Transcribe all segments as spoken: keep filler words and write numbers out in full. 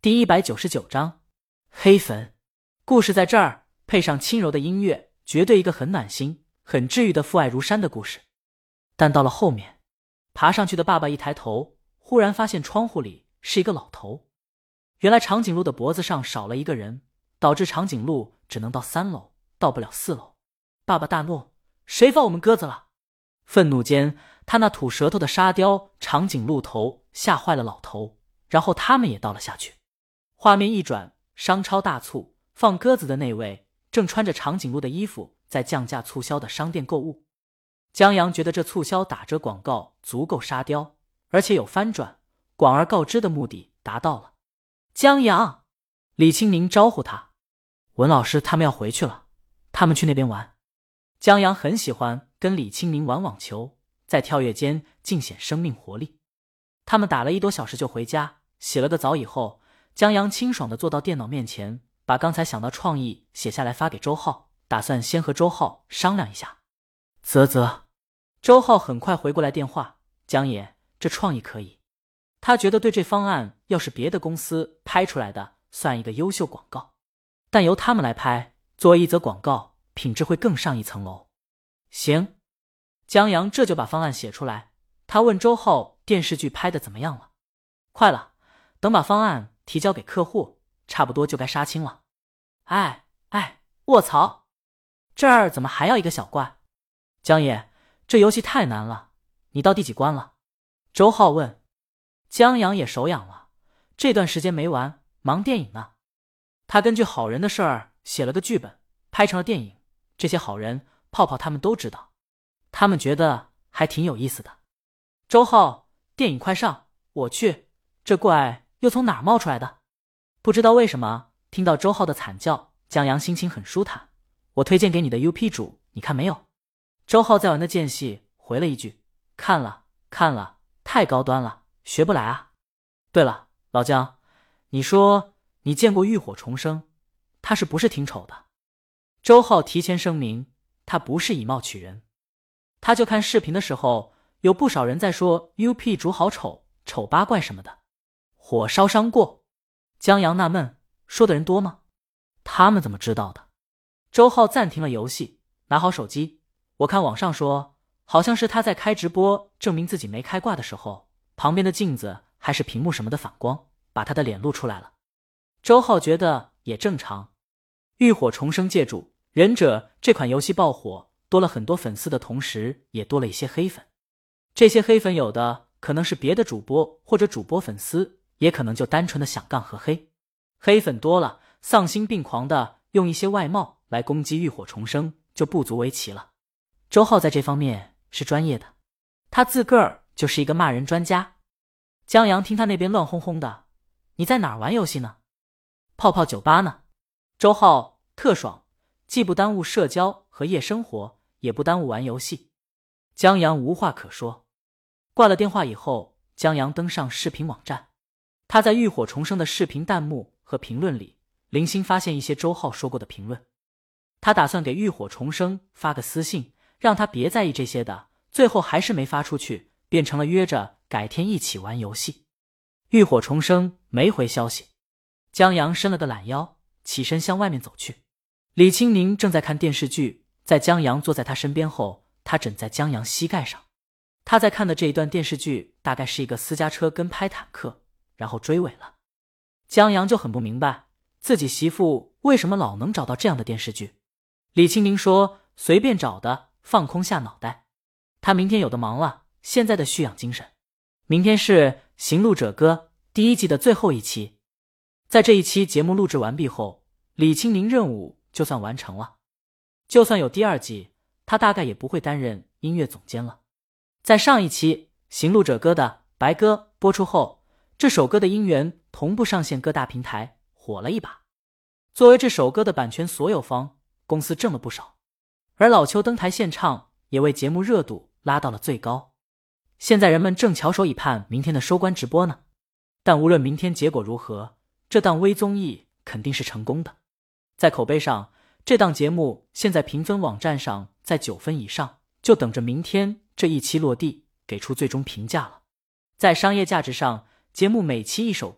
第一百九十九章黑粉。故事在这儿配上轻柔的音乐，绝对一个很暖心很治愈的父爱如山的故事。但到了后面，爬上去的爸爸一抬头，忽然发现窗户里是一个老头。原来长颈鹿的脖子上少了一个人，导致长颈鹿只能到三楼，到不了四楼。爸爸大怒，谁放我们鸽子了？愤怒间，他那吐舌头的沙雕长颈鹿头吓坏了老头，然后他们也倒了下去。画面一转，商超大促，放鸽子的那位正穿着长颈鹿的衣服在降价促销的商店购物。江阳觉得这促销打折广告足够沙雕，而且有翻转，广而告之的目的达到了。江阳，李青宁招呼他，文老师他们要回去了，他们去那边玩。江阳很喜欢跟李青宁玩网球，在跳跃间尽显生命活力。他们打了一多小时就回家，洗了个澡以后，江阳清爽地坐到电脑面前，把刚才想到创意写下来发给周浩，打算先和周浩商量一下。啧啧，周浩很快回过来电话，江爷，这创意可以。他觉得对这方案要是别的公司拍出来的，算一个优秀广告，但由他们来拍，作为一则广告，品质会更上一层楼。行，江阳这就把方案写出来。他问周浩电视剧拍的怎么样了？快了，等把方案提交给客户，差不多就该杀青了。哎哎，卧槽，这儿怎么还要一个小怪？江爷，这游戏太难了，你到第几关了？周浩问。江阳也手痒了，这段时间没玩，忙电影呢。他根据好人的事儿写了个剧本，拍成了电影，这些好人泡泡他们都知道，他们觉得还挺有意思的。周浩，电影快上，我去，这怪又从哪儿冒出来的？不知道为什么，听到周浩的惨叫，江阳心情很舒坦。我推荐给你的 U P 主，你看没有？周浩在玩的间隙回了一句，看了看了，太高端了，学不来啊。对了，老江，你说你见过浴火重生，他是不是挺丑的？周浩提前声明，他不是以貌取人。他就看视频的时候，有不少人在说 U P 主好丑，丑八怪什么的，火烧伤过。江阳纳闷，说的人多吗？他们怎么知道的？周浩暂停了游戏，拿好手机，我看网上说，好像是他在开直播证明自己没开挂的时候，旁边的镜子还是屏幕什么的反光，把他的脸露出来了。周浩觉得也正常。浴火重生借助忍者这款游戏爆火，多了很多粉丝的同时，也多了一些黑粉。这些黑粉有的可能是别的主播或者主播粉丝，也可能就单纯的想杠和黑。黑粉多了，丧心病狂的用一些外貌来攻击浴火重生，就不足为奇了。周浩在这方面是专业的，他自个儿就是一个骂人专家。江阳听他那边乱哄哄的，你在哪儿玩游戏呢？泡泡酒吧呢。周浩特爽，既不耽误社交和夜生活，也不耽误玩游戏。江阳无话可说。挂了电话以后，江阳登上视频网站，他在浴火重生的视频弹幕和评论里零星发现一些周浩说过的评论。他打算给浴火重生发个私信，让他别在意这些的，最后还是没发出去，变成了约着改天一起玩游戏。浴火重生没回消息。江阳伸了个懒腰，起身向外面走去。李青宁正在看电视剧，在江阳坐在他身边后，他枕在江阳膝盖上。他在看的这一段电视剧大概是一个私家车跟拍坦克，然后追尾了。江阳就很不明白，自己媳妇为什么老能找到这样的电视剧。李青宁说，随便找的，放空下脑袋。他明天有的忙了，现在的蓄养精神。明天是《行路者歌》第一季的最后一期。在这一期节目录制完毕后，李青宁任务就算完成了。就算有第二季，他大概也不会担任音乐总监了。在上一期《行路者歌》的白歌播出后，这首歌的音源同步上线各大平台，火了一把。作为这首歌的版权所有方，公司挣了不少。而老邱登台献唱也为节目热度拉到了最高。现在人们正翘首以盼明天的收官直播呢。但无论明天结果如何，这档微综艺肯定是成功的。在口碑上，这档节目现在评分网站上在九分以上，就等着明天这一期落地给出最终评价了。在商业价值上，节目每期一首歌，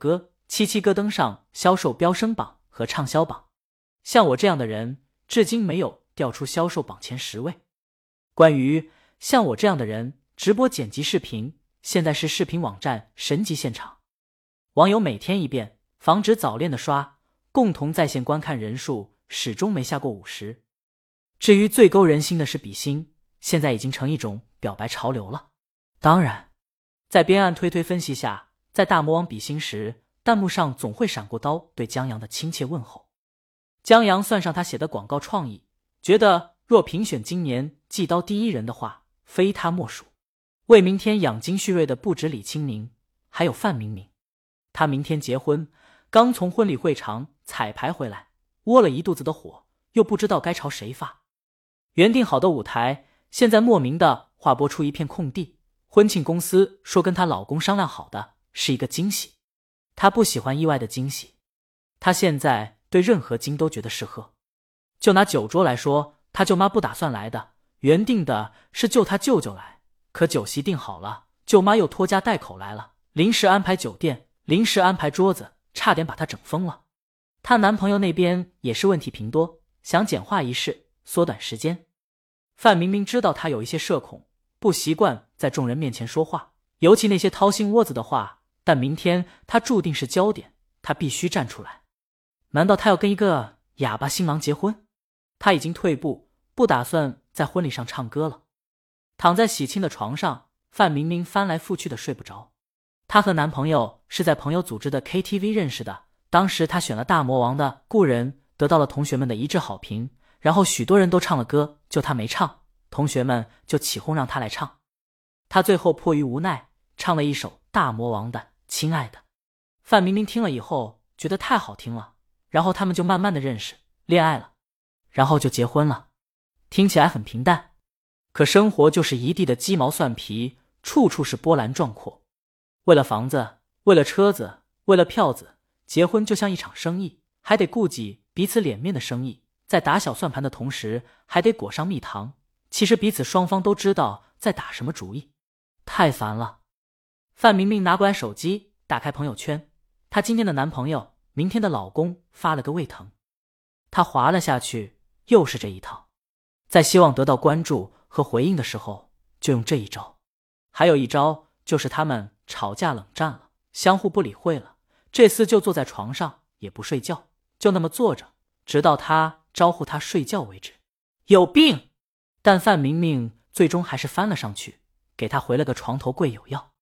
七七咯登上销售飙升榜和畅销榜。像我这样的人，至今没有调出销售榜前十位。关于像我这样的人，直播剪辑视频，现在是视频网站神级现场。网友每天一遍，防止早恋的刷，共同在线观看人数始终没下过五十。至于最勾人心的是比心，现在已经成一种表白潮流了。当然，在边岸推推分析下，在大魔王比心时，弹幕上总会闪过刀对江阳的亲切问候。江阳算上他写的广告创意，觉得若评选今年季刀第一人的话，非他莫属。为明天养精蓄锐的不止李青宁，还有范明明。他明天结婚，刚从婚礼会场彩排回来，窝了一肚子的火，又不知道该朝谁发。原定好的舞台，现在莫名的划拨出一片空地。婚庆公司说跟她老公商量好的，是一个惊喜。她不喜欢意外的惊喜，她现在对任何惊都觉得适合。就拿酒桌来说，她舅妈不打算来的，原定的是就她舅舅来，可酒席定好了，舅妈又拖家带口来了，临时安排酒店，临时安排桌子，差点把她整疯了。她男朋友那边也是问题频多，想简化仪式，缩短时间。范明明知道她有一些社恐，不习惯在众人面前说话，尤其那些掏心窝子的话，但明天她注定是焦点，她必须站出来。难道她要跟一个哑巴新郎结婚？她已经退步，不打算在婚礼上唱歌了。躺在喜庆的床上，范明明翻来覆去的睡不着。她和男朋友是在朋友组织的 K T V 认识的，当时她选了大魔王的故人，得到了同学们的一致好评，然后许多人都唱了歌，就她没唱，同学们就起哄让她来唱。她最后迫于无奈，唱了一首大魔王的《亲爱的》。范明明听了以后觉得太好听了，然后他们就慢慢的认识恋爱了，然后就结婚了。听起来很平淡，可生活就是一地的鸡毛蒜皮，处处是波澜壮阔。为了房子，为了车子，为了票子，结婚就像一场生意，还得顾及彼此脸面的生意，在打小算盘的同时还得裹上蜜糖，其实彼此双方都知道在打什么主意，太烦了。范明明拿过来手机，打开朋友圈，她今天的男朋友，明天的老公发了个胃疼，她滑了下去，又是这一套。在希望得到关注和回应的时候，就用这一招。还有一招，就是他们吵架冷战了，相互不理会了，这厮就坐在床上也不睡觉，就那么坐着，直到他招呼他睡觉为止。有病！但范明明最终还是翻了上去，给他回了个床头柜有药。